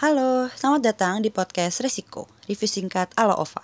Halo, selamat datang di podcast Resiko, review singkat ala Ova.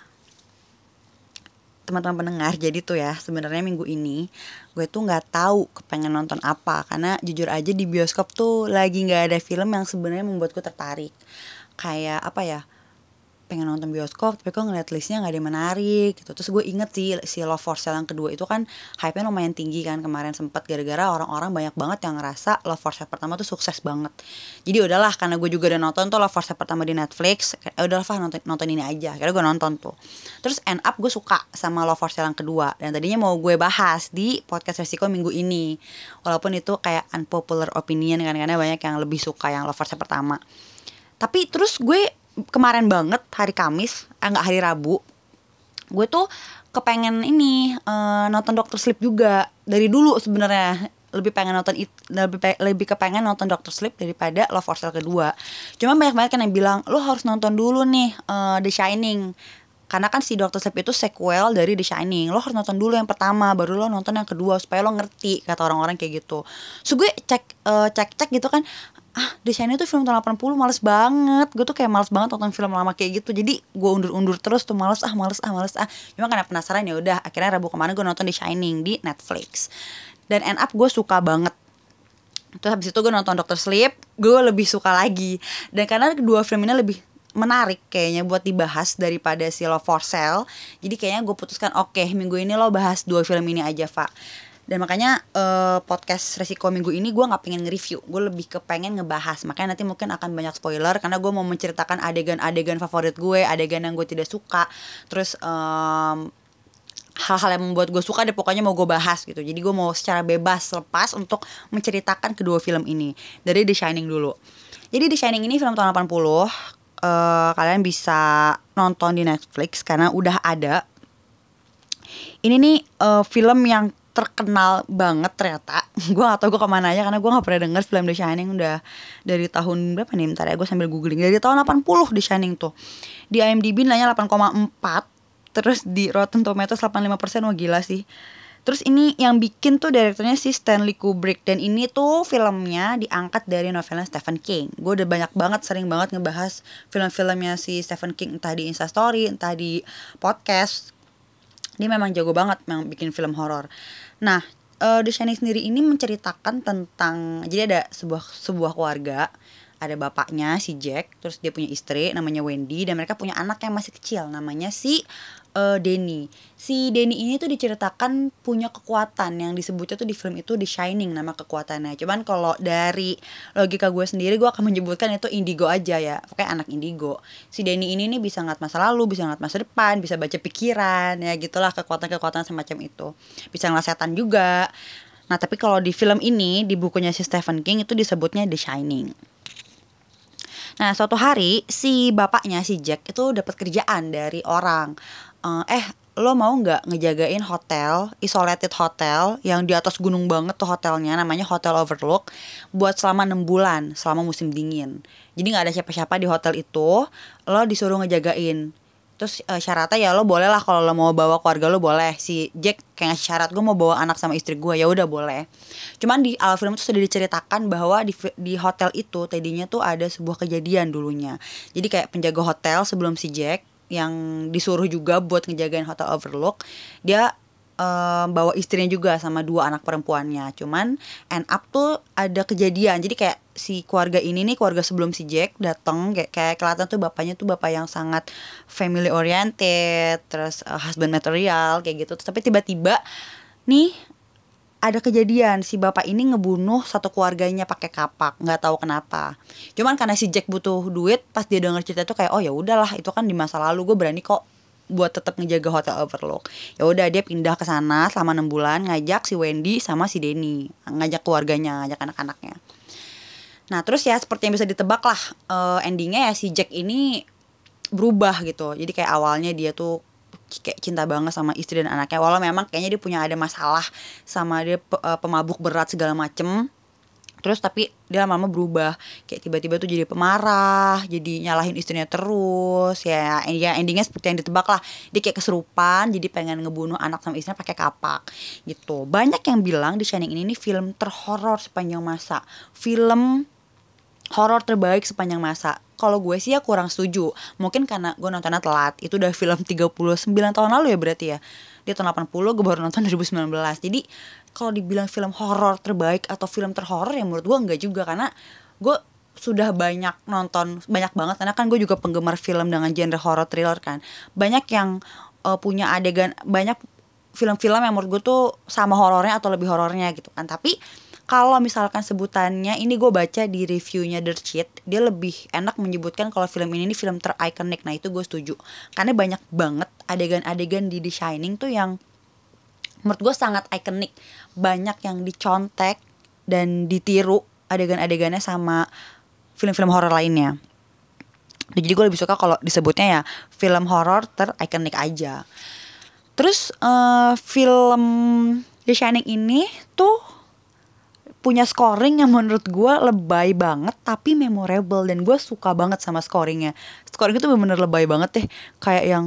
Teman-teman pendengar, jadi tuh ya, sebenarnya minggu ini gue tuh nggak tahu kepengen nonton apa, karena jujur aja di bioskop tuh lagi nggak ada film yang sebenarnya membuatku tertarik. Kayak apa ya? Pengen nonton bioskop tapi kok ngeliat listnya nggak ada yang menarik gitu. Terus gue inget sih si Love for Sale yang kedua itu kan hype-nya lumayan tinggi kan kemarin, sempet gara-gara orang-orang banyak banget yang ngerasa Love for Sale pertama tuh sukses banget. Jadi udahlah, karena gue juga udah nonton tuh Love for Sale pertama di Netflix, kayak udahlah nonton ini aja. Karena gue nonton tuh, terus end up gue suka sama Love for Sale yang kedua, dan tadinya mau gue bahas di podcast Resiko minggu ini, walaupun itu kayak unpopular opinion kan, karena banyak yang lebih suka yang Love for Sale pertama. Tapi terus gue kemarin banget hari Kamis, nggak hari Rabu, gue tuh kepengen ini nonton Doctor Sleep juga. Dari dulu sebenarnya lebih pengen nonton lebih kepengen nonton Doctor Sleep daripada Love for Sale kedua. Cuma banyak banget kan yang bilang lo harus nonton dulu nih The Shining, karena kan si Doctor Sleep itu sequel dari The Shining. Lo harus nonton dulu yang pertama, baru lo nonton yang kedua supaya lo ngerti, kata orang-orang kayak gitu. So gue cek gitu kan, The Shining tuh film tahun 80, males banget. Gue tuh kayak males banget nonton film lama kayak gitu. Jadi gue undur-undur terus tuh, males. Cuma karena penasaran ya udah, akhirnya Rabu kemarin gue nonton The Shining di Netflix. Dan end up gue suka banget. Terus habis itu gue nonton Doctor Sleep, gue lebih suka lagi. Dan karena kedua film ini lebih menarik kayaknya buat dibahas daripada si Love for Sale, jadi kayaknya gue putuskan oke, minggu ini lo bahas dua film ini aja, Pak. Dan makanya podcast Resiko minggu ini gue nggak pengen nge-review, gue lebih kepengen ngebahas. Makanya nanti mungkin akan banyak spoiler, karena gue mau menceritakan adegan-adegan favorit gue, adegan yang gue tidak suka, terus hal-hal yang membuat gue suka deh, pokoknya mau gue bahas gitu. Jadi gue mau secara bebas lepas untuk menceritakan kedua film ini. Dari The Shining dulu. Jadi The Shining ini film tahun 80. Kalian bisa nonton di Netflix karena udah ada. Ini nih film yang terkenal banget ternyata. Gue gak tau gue kemana aja, karena gue gak pernah denger film The Shining udah dari tahun berapa nih, bentar ya gue sambil googling. Dari tahun 80 The Shining tuh. Di IMDb nilainya 8,4, terus di Rotten Tomatoes 85%. Wah gila sih. Terus ini yang bikin tuh direkturnya si Stanley Kubrick. Dan ini tuh filmnya diangkat dari novelnya Stephen King. Gue udah sering banget ngebahas film-filmnya si Stephen King, entah di Instastory, entah di podcast. Dia memang jago banget memang bikin film horor. Nah, The Shining sendiri ini menceritakan tentang, jadi ada sebuah keluarga. Ada bapaknya si Jack, terus dia punya istri namanya Wendy, dan mereka punya anak yang masih kecil namanya si Danny. Si Danny ini tuh diceritakan punya kekuatan yang disebutnya tuh di film itu The Shining nama kekuatannya. Cuman kalau dari logika gue sendiri, gue akan menyebutkan itu indigo aja ya, pokoknya anak indigo. Si Danny ini nih bisa ngeliat masa lalu, bisa ngeliat masa depan, bisa baca pikiran, ya gitulah, kekuatan-kekuatan semacam itu. Bisa ngeliat setan juga. Nah tapi kalau di film ini, di bukunya si Stephen King itu disebutnya The Shining. Nah suatu hari si bapaknya si Jack itu dapat kerjaan dari orang. Lo mau nggak ngejagain hotel, isolated hotel yang di atas gunung banget tuh hotelnya, namanya Hotel Overlook, buat selama 6 bulan selama musim dingin. Jadi nggak ada siapa-siapa di hotel itu, lo disuruh ngejagain. Terus syaratnya ya lo boleh lah, kalau lo mau bawa keluarga lo boleh. Si Jack kayak ngasih syarat, gue mau bawa anak sama istri gue, ya udah boleh. Cuman di awal film itu sudah diceritakan bahwa di hotel itu tadinya tuh ada sebuah kejadian dulunya. Jadi kayak penjaga hotel sebelum si Jack yang disuruh juga buat ngejagain Hotel Overlook, dia bawa istrinya juga sama dua anak perempuannya. Cuman end up tuh ada kejadian. Jadi kayak si keluarga ini nih, keluarga sebelum si Jack datang, kayak kelihatan tuh bapaknya tuh bapak yang sangat family oriented, terus husband material kayak gitu. Terus, tapi tiba-tiba nih ada kejadian si bapak ini ngebunuh satu keluarganya pakai kapak, nggak tahu kenapa. Cuman karena si Jack butuh duit, pas dia denger cerita itu kayak oh ya udahlah, itu kan di masa lalu, gue berani kok buat tetap ngejaga Hotel Overlook. Ya udah, dia pindah ke sana selama 6 bulan, ngajak si Wendy sama si Danny, ngajak keluarganya, ngajak anak-anaknya. Nah terus ya seperti yang bisa ditebak lah, endingnya ya si Jack ini berubah gitu. Jadi kayak awalnya dia tuh kayak cinta banget sama istri dan anaknya, walau memang kayaknya dia punya ada masalah sama dia, pemabuk berat segala macem. Terus tapi dia lama-lama berubah, kayak tiba-tiba tuh jadi pemarah, jadi nyalahin istrinya terus. Ya endingnya seperti yang ditebak lah, dia kayak kesurupan, jadi pengen ngebunuh anak sama istrinya pakai kapak gitu. Banyak yang bilang The Shining ini nih film terhoror sepanjang masa, film horor terbaik sepanjang masa. kalau gue sih ya kurang setuju. Mungkin karena gue nontonnya telat. Itu udah film 39 tahun lalu ya berarti ya. Dia tahun 80, gue baru nonton 2019. Jadi kalau dibilang film horor terbaik atau film terhoror ya menurut gue enggak juga, karena gue sudah banyak nonton, banyak banget, karena kan gue juga penggemar film dengan genre horror thriller kan. Banyak yang punya adegan, banyak film-film yang menurut gue tuh sama horornya atau lebih horornya gitu kan. Tapi kalau misalkan sebutannya, ini gue baca di reviewnya Dirt Sheet, dia lebih enak menyebutkan kalau film ini film terikonik. Nah itu gue setuju, karena banyak banget adegan-adegan di The Shining tuh yang menurut gue sangat ikonik. Banyak yang dicontek dan ditiru adegan-adegannya sama film-film horor lainnya. Jadi gue lebih suka kalau disebutnya ya film horor terikonik aja. Terus film The Shining ini tuh punya scoring yang menurut gue lebay banget tapi memorable, dan gue suka banget sama scoringnya. Scoring itu bener-bener lebay banget deh, kayak yang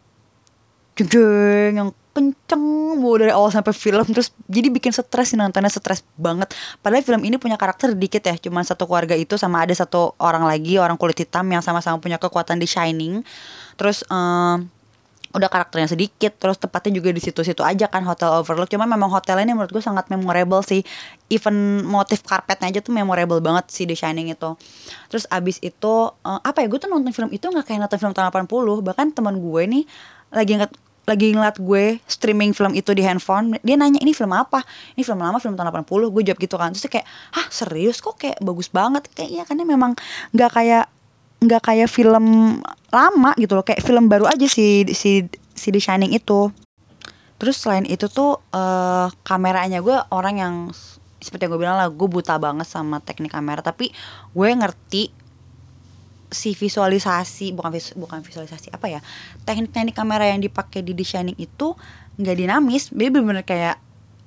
jeng yang kenceng mau dari awal sampai film, terus jadi bikin stres sih, nontonnya stres banget. Padahal film ini punya karakter dikit ya, cuma satu keluarga itu sama ada satu orang lagi, orang kulit hitam yang sama-sama punya kekuatan The Shining. Terus udah karakternya sedikit, terus tepatnya juga di situ-situ aja kan, Hotel Overlook. Cuma memang hotelnya ini menurut gue sangat memorable sih. Even motif karpetnya aja tuh memorable banget sih The Shining itu. Terus abis itu apa ya, gue tuh nonton film itu nggak kayak nonton film tahun 80. Bahkan teman gue nih lagi ngeliat gue streaming film itu di handphone, dia nanya ini film apa, ini film lama, film tahun 80. Gue jawab gitu kan, terus dia kayak, hah serius kok, kayak bagus banget. Kayak iya, karena memang nggak kayak film lama gitu loh, kayak film baru aja si The Shining itu. Terus selain itu tuh kameranya, gue orang yang seperti yang gue bilang lah, gue buta banget sama teknik kamera, tapi gue ngerti si visualisasi, bukan visualisasi, apa ya, teknik kamera yang dipakai di The Shining itu nggak dinamis. Dia bener-bener kayak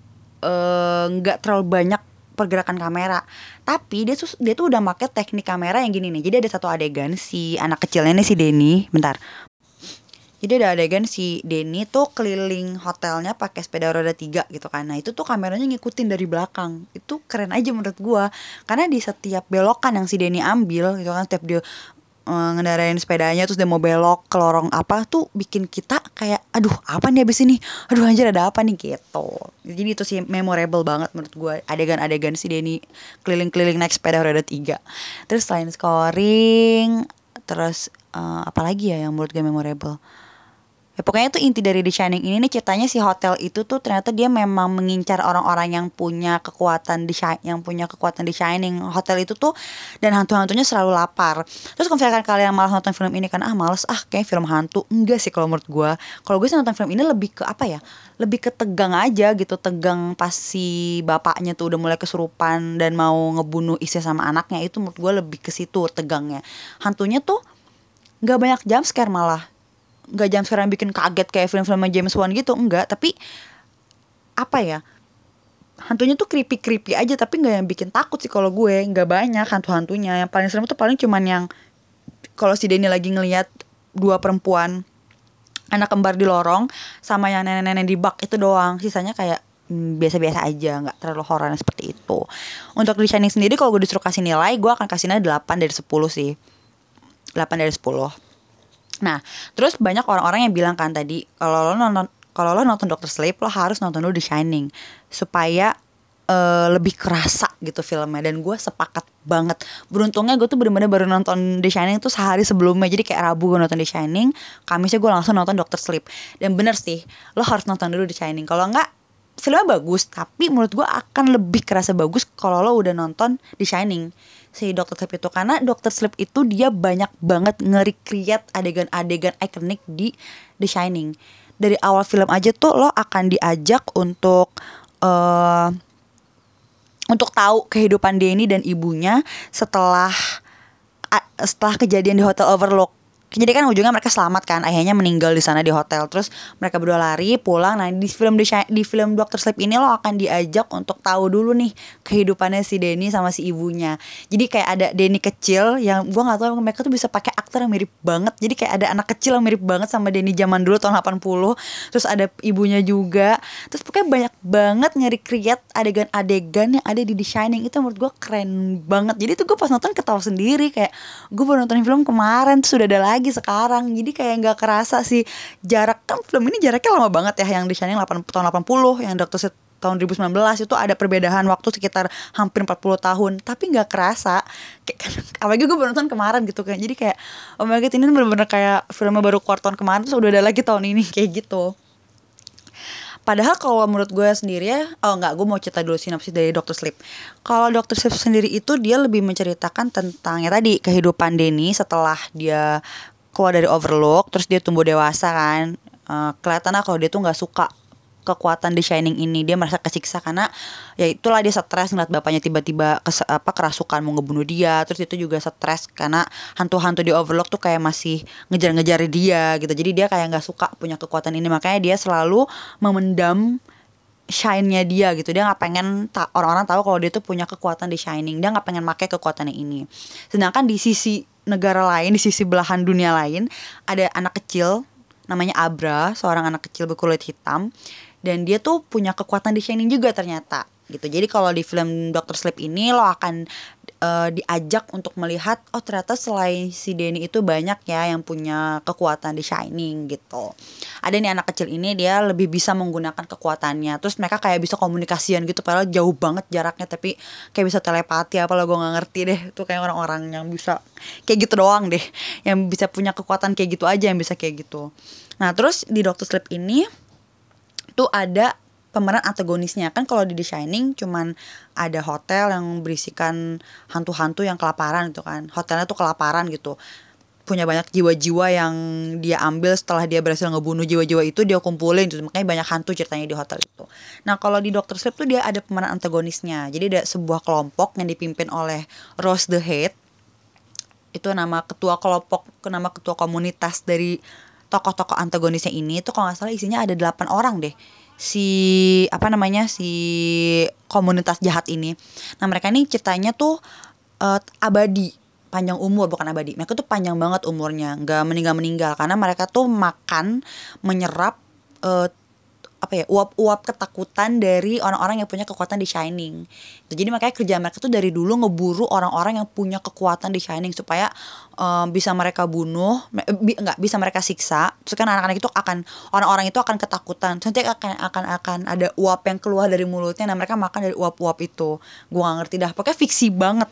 nggak terlalu banyak pergerakan kamera, tapi dia tuh udah pakai teknik kamera yang gini nih. Jadi ada satu adegan si anak kecilnya nih, si Denny, bentar. Jadi ada adegan si Denny tuh keliling hotelnya pakai sepeda roda 3 gitu kan. Nah itu tuh kameranya ngikutin dari belakang. Itu keren aja menurut gua, karena di setiap belokan yang si Denny ambil gitu kan, setiap dia ngendarain sepedanya terus dia mau belok ke lorong apa tuh, bikin kita kayak aduh apa nih abis ini, aduh anjir ada apa nih gitu. Jadi itu sih memorable banget menurut gue, adegan-adegan si Denny keliling-keliling naik sepeda roda 3. Terus selain scoring, terus apa lagi ya yang menurut gue memorable. Ya pokoknya tuh inti dari The Shining ini nih, ceritanya si hotel itu tuh ternyata dia memang mengincar orang-orang yang punya kekuatan The Shining. Hotel itu tuh dan hantu-hantunya selalu lapar. Terus kalau misalkan kalian malah nonton film ini kan, males kayak film hantu. Enggak sih kalau menurut gue. Kalau gue sih nonton film ini lebih ke apa ya? Lebih ke tegang aja gitu. Tegang pas si bapaknya tuh udah mulai kesurupan dan mau ngebunuh istri sama anaknya. Itu menurut gue lebih ke situ tegangnya. Hantunya tuh nggak banyak jump scare, malah nggak jam sekarang bikin kaget kayak film-film James Wan gitu, enggak. Tapi apa ya, hantunya tuh creepy aja, tapi nggak yang bikin takut sih kalau gue. Nggak banyak hantu-hantunya. Yang paling serem tuh paling cuman yang kalau si Denny lagi ngelihat dua perempuan anak kembar di lorong sama yang nenek-nenek di bak, itu doang. Sisanya kayak biasa-biasa aja, nggak terlalu horor seperti itu. Untuk The Shining sendiri, kalau gue disuruh kasih nilai, gue akan kasihnya 8 dari 10 sih. 8 dari 10. Nah, terus banyak orang-orang yang bilang kan tadi, kalau lo nonton Doctor Sleep, lo harus nonton dulu The Shining supaya lebih kerasa gitu filmnya. Dan gue sepakat banget. Beruntungnya gue tuh bener-bener baru nonton The Shining tuh sehari sebelumnya. Jadi kayak Rabu gue nonton The Shining, Kamisnya gue langsung nonton Doctor Sleep. Dan bener sih, lo harus nonton dulu The Shining. Kalau enggak, filmnya bagus, tapi menurut gue akan lebih kerasa bagus kalau lo udah nonton The Shining, si Dr. Sleep itu. Karena Dr. Sleep itu dia banyak banget nge-recreate adegan-adegan ikonik di The Shining. Dari awal film aja tuh lo akan diajak untuk tahu kehidupan Denny dan ibunya setelah kejadian di Hotel Overlook. Jadi kan ujungnya mereka selamat kan, ayahnya meninggal di sana di hotel. Terus mereka berdua lari pulang. Nah di film Doctor Sleep ini lo akan diajak untuk tahu dulu nih kehidupannya si Denny sama si ibunya. Jadi kayak ada Denny kecil yang gue nggak tahu mereka tuh bisa pakai aktor yang mirip banget. Jadi kayak ada anak kecil yang mirip banget sama Denny zaman dulu tahun 80. Terus ada ibunya juga. Terus pokoknya banyak banget nge-recreate adegan-adegan yang ada di The Shining. Itu menurut gue keren banget. Jadi tuh gue pas nonton ketawa sendiri, kayak gue baru nonton film kemarin terus udah ada lagi sekarang. Jadi kayak nggak kerasa sih jarak, kan film ini jaraknya lama banget ya. Yang The Shining tahun 80, yang Doctor Sleep tahun 2019 itu ada perbedaan waktu sekitar hampir 40 tahun, tapi nggak kerasa kayak, apalagi gue baru nonton kemarin gitu kan. Jadi kayak oh my god, ini bener-bener kayak filmnya baru keluar tahun kemarin terus udah ada lagi tahun ini kayak gitu. Padahal kalau menurut gue sendiri ya, oh enggak, gue mau cerita dulu sinopsis dari Doctor Sleep. Kalau Doctor Sleep sendiri itu dia lebih menceritakan tentang ya tadi kehidupan Denny setelah dia keluar dari Overlook, terus dia tumbuh dewasa kan. Kelihatannya kalau dia tuh nggak suka kekuatan The Shining ini, dia merasa kesiksa karena ya itulah dia stres ngeliat bapaknya tiba-tiba kerasukan mau ngebunuh dia. Terus itu juga stres karena hantu-hantu di Overlook tuh kayak masih ngejar-ngejar dia gitu. Jadi dia kayak nggak suka punya kekuatan ini, makanya dia selalu memendam shine-nya dia gitu. Dia nggak pengen orang-orang tahu kalau dia tuh punya kekuatan di Shining. Dia nggak pengen pakai kekuatannya ini. Sedangkan di sisi negara lain, di sisi belahan dunia lain, ada anak kecil namanya Abra, seorang anak kecil berkulit hitam, dan dia tuh punya kekuatan di Shining juga ternyata gitu. Jadi kalau di film Doctor Sleep ini lo akan diajak untuk melihat oh ternyata selain si Denny itu banyak ya yang punya kekuatan di Shining gitu. Ada nih anak kecil ini, dia lebih bisa menggunakan kekuatannya. Terus mereka kayak bisa komunikasian gitu, padahal jauh banget jaraknya, tapi kayak bisa telepati apa lo, gue nggak ngerti deh. Itu kayak orang-orang yang bisa kayak gitu doang deh, yang bisa punya kekuatan kayak gitu aja yang bisa kayak gitu. Nah terus di Doctor Sleep ini tuh ada pemeran antagonisnya. Kan kalau di The Shining cuman ada hotel yang berisikan hantu-hantu yang kelaparan gitu kan. Hotelnya tuh kelaparan gitu, punya banyak jiwa-jiwa yang dia ambil setelah dia berhasil ngebunuh jiwa-jiwa itu, dia kumpulin gitu. Makanya banyak hantu ceritanya di hotel itu. Nah kalau di Doctor Sleep tuh dia ada pemeran antagonisnya. Jadi ada sebuah kelompok yang dipimpin oleh Rose the Head. Itu nama ketua kelompok, nama ketua komunitas dari tokoh-tokoh antagonisnya ini. Itu kalau nggak salah isinya ada 8 orang deh, si si komunitas jahat ini. Nah mereka ini ceritanya tuh abadi, panjang umur, bukan abadi, mereka tuh panjang banget umurnya, nggak meninggal karena mereka tuh makan, menyerap uap-uap ketakutan dari orang-orang yang punya kekuatan di Shining. Jadi makanya kerja mereka tuh dari dulu ngeburu orang-orang yang punya kekuatan di Shining supaya bisa mereka bunuh, nggak bisa mereka siksa. Terus kan anak-anak itu orang-orang itu akan ketakutan. Terus nanti akan ada uap yang keluar dari mulutnya. Nah mereka makan dari uap-uap itu. Gue nggak ngerti dah. Pokoknya fiksi banget.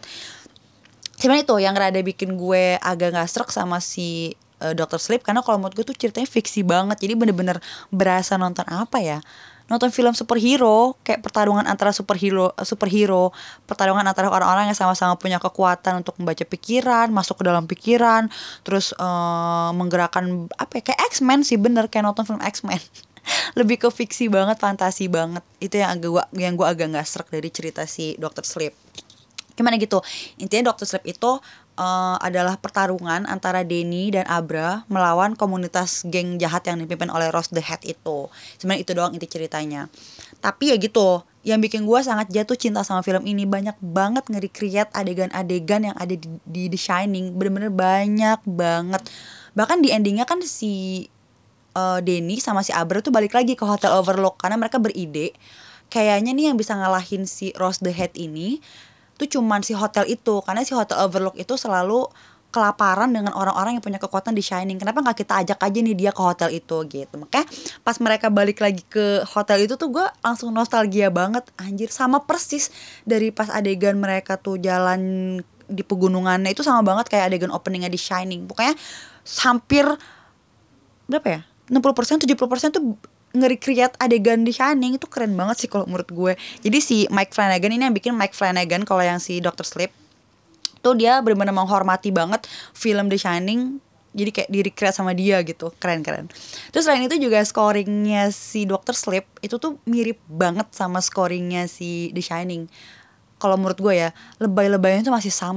Cuman itu yang rada bikin gue agak nggak srek sama si Doctor Sleep, karena kalau menurut gue tuh ceritanya fiksi banget. Jadi bener-bener berasa nonton nonton film superhero, kayak pertarungan antara superhero, pertarungan antara orang-orang yang sama-sama punya kekuatan untuk membaca pikiran, masuk ke dalam pikiran, terus menggerakkan kayak X-Men sih, bener kayak nonton film X-Men. Lebih ke fiksi banget, fantasi banget. Itu yang gue agak nggak srek dari cerita si Doctor Sleep. Gimana gitu, intinya Doctor Sleep itu adalah pertarungan antara Denny dan Abra melawan komunitas geng jahat yang dipimpin oleh Rose the Head itu. Sebenarnya itu doang inti ceritanya. Tapi ya gitu, yang bikin gue sangat jatuh cinta sama film ini, banyak banget nge-recreate adegan-adegan yang ada di The Shining. Bener-bener banyak banget. Bahkan di endingnya kan si Denny sama si Abra tuh balik lagi ke Hotel Overlook karena mereka beride kayaknya nih yang bisa ngalahin si Rose the Head ini tuh cuman si hotel itu, karena si Hotel Overlook itu selalu kelaparan dengan orang-orang yang punya kekuatan di Shining. Kenapa nggak kita ajak aja nih dia ke hotel itu gitu. Makanya pas mereka balik lagi ke hotel itu tuh gue langsung nostalgia banget, anjir, sama persis dari pas adegan mereka tuh jalan di pegunungannya, itu sama banget kayak adegan openingnya di Shining. Pokoknya hampir berapa ya, 60% 70% tuh nge-recreate adegan di Shining. Itu keren banget sih kalau menurut gue. Jadi si Mike Flanagan ini, yang bikin Mike Flanagan kalau yang si Doctor Sleep tuh dia benar-benar menghormati banget film The Shining. Jadi kayak di-recreate sama dia gitu. Keren-keren. Terus selain itu juga scoringnya si Doctor Sleep itu tuh mirip banget sama scoringnya si The Shining. Kalau menurut gue ya, lebay-lebaynya tuh masih sama.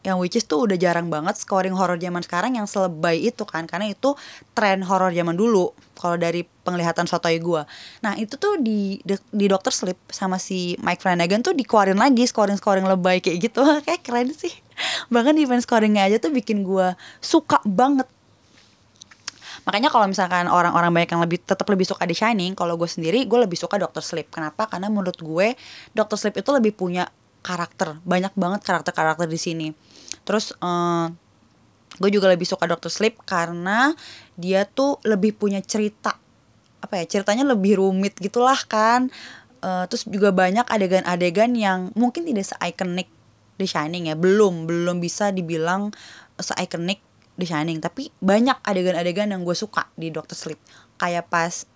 yang which is tuh udah jarang banget scoring horor zaman sekarang yang selebay itu kan, karena itu tren horor zaman dulu kalau dari penglihatan sotoy gue. Nah itu tuh di Doctor Sleep sama si Mike Flanagan tuh dikeluarin lagi scoring lebay kayak gitu. Kayak keren sih. Bahkan event scoringnya aja tuh bikin gue suka banget. Makanya kalau misalkan orang-orang banyak yang tetap lebih suka The Shining, kalau gue sendiri gue lebih suka Doctor Sleep. Kenapa? Karena menurut gue Doctor Sleep itu lebih punya karakter, banyak banget karakter-karakter di sini. Terus gue juga lebih suka Doctor Sleep karena dia tuh lebih punya cerita, apa ya, ceritanya lebih rumit gitulah kan. Terus juga banyak adegan-adegan yang mungkin tidak se-ikonik The Shining ya, belum bisa dibilang se-ikonik The Shining, tapi banyak adegan-adegan yang gue suka di Doctor Sleep. Kayak pas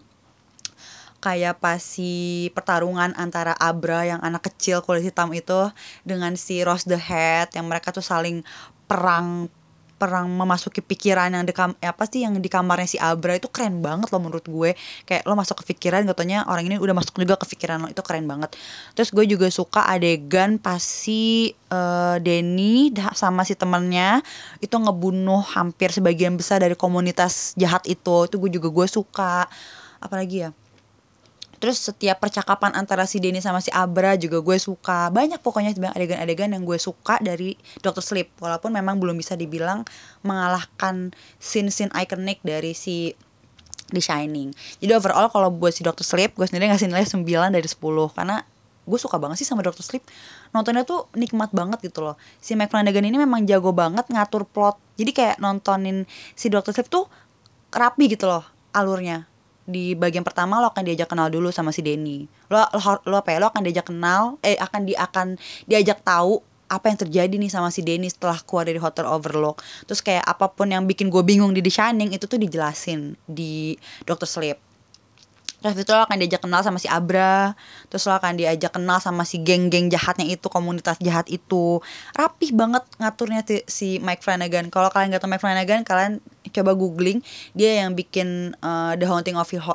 si pertarungan antara Abra yang anak kecil kulit hitam itu dengan si Rose the Hat, yang mereka tuh saling perang memasuki pikiran yang yang di kamarnya si Abra. Itu keren banget loh menurut gue. Kayak lo masuk ke pikiran, katanya orang ini udah masuk juga ke pikiran lo. Itu keren banget. Terus gue juga suka adegan pas si Danny sama si temennya itu ngebunuh hampir sebagian besar dari komunitas jahat itu. Itu gue suka. Apalagi ya, terus setiap percakapan antara si Denny sama si Abra juga gue suka. Banyak pokoknya adegan-adegan yang gue suka dari Doctor Sleep. Walaupun memang belum bisa dibilang mengalahkan scene-scene ikonik dari si The Shining. Jadi overall kalau buat si Doctor Sleep, gue sendiri ngasih nilai 9 dari 10. Karena gue suka banget sih sama Doctor Sleep. Nontonnya tuh nikmat banget gitu loh. Si Mike Flanagan ini memang jago banget ngatur plot. Jadi kayak nontonin si Doctor Sleep tuh rapi gitu loh alurnya. Di bagian pertama lo akan diajak kenal dulu sama si Denny. Lo akan diajak kenal, akan diajak tahu apa yang terjadi nih sama si Denny setelah keluar dari Hotel Overlook. Terus kayak apapun yang bikin gue bingung di The Shining itu tuh dijelasin di Doctor Sleep. Terus itu lo akan diajak kenal sama si Abra. Terus lo akan diajak kenal sama si geng-geng jahatnya itu, komunitas jahat itu. Rapih banget ngaturnya si Mike Flanagan. Kalau kalian gak tau Mike Flanagan, kalian coba googling. Dia yang bikin The Haunting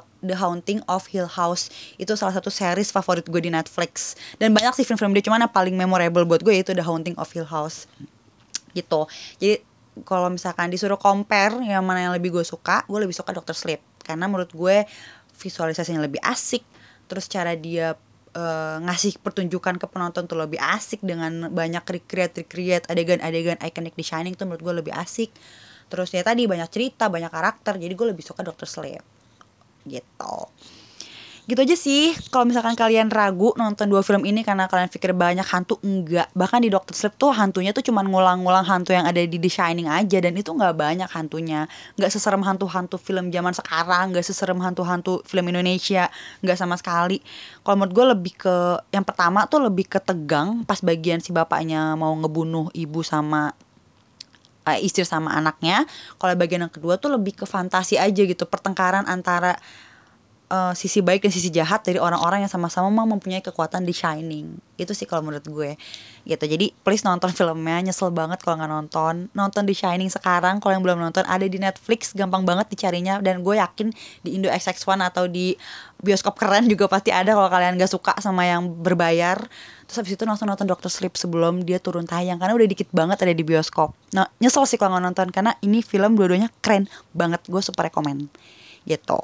of Hill House. Itu salah satu series favorit gue di Netflix. Dan banyak sih film-film dia, cuman yang paling memorable buat gue itu The Haunting of Hill House gitu. Jadi kalau misalkan disuruh compare yang mana yang lebih gue suka, gue lebih suka Doctor Sleep. Karena menurut gue visualisasinya lebih asik, terus cara dia ngasih pertunjukan ke penonton tuh lebih asik dengan banyak recreate adegan-adegan ikonik di Shining tuh menurut gue lebih asik. Terus ya tadi banyak cerita, banyak karakter, jadi gue lebih suka Doctor Sleep gitu. Gitu aja sih. Kalau misalkan kalian ragu nonton 2 film ini karena kalian pikir banyak hantu, enggak. Bahkan di Doctor Sleep tuh hantunya tuh cuma ngulang-ngulang hantu yang ada di The Shining aja. Dan itu gak banyak hantunya. Gak seserem hantu-hantu film zaman sekarang, gak seserem hantu-hantu film Indonesia, gak sama sekali. Kalau menurut gue lebih ke, yang pertama tuh lebih ke tegang pas bagian si bapaknya mau ngebunuh ibu sama istri sama anaknya. Kalau bagian yang kedua tuh lebih ke fantasi aja gitu, pertengkaran antara sisi baik dan sisi jahat dari orang-orang yang sama-sama mempunyai kekuatan di Shining. Itu sih kalau menurut gue gitu. Jadi please nonton filmnya. Nyesel banget kalau gak nonton The Shining sekarang. Kalau yang belum nonton, ada di Netflix, gampang banget dicarinya. Dan gue yakin di Indo XX1 atau di bioskop keren juga pasti ada kalau kalian gak suka sama yang berbayar. Terus habis itu nonton Doctor Sleep sebelum dia turun tayang, karena udah dikit banget ada di bioskop. Nah nyesel sih kalau gak nonton, karena ini film dua-duanya keren banget. Gue super rekomen gitu.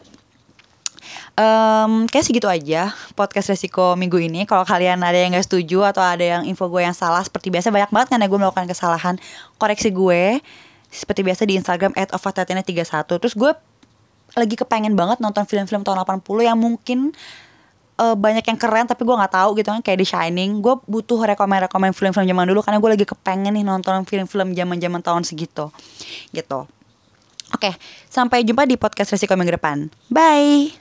Kayak segitu aja podcast resiko minggu ini. Kalau kalian ada yang gak setuju atau ada yang info gue yang salah, seperti biasa banyak banget karena gue melakukan kesalahan, koreksi gue seperti biasa di Instagram @ovatatiana31. Terus gue lagi kepengen banget nonton film-film tahun 80 yang mungkin banyak yang keren tapi gue gak tahu gitu kan, kayak The Shining. Gue butuh rekomen film-film zaman dulu karena gue lagi kepengen nih nonton film-film zaman-zaman tahun segitu gitu. Oke, sampai jumpa di podcast resiko minggu depan. Bye.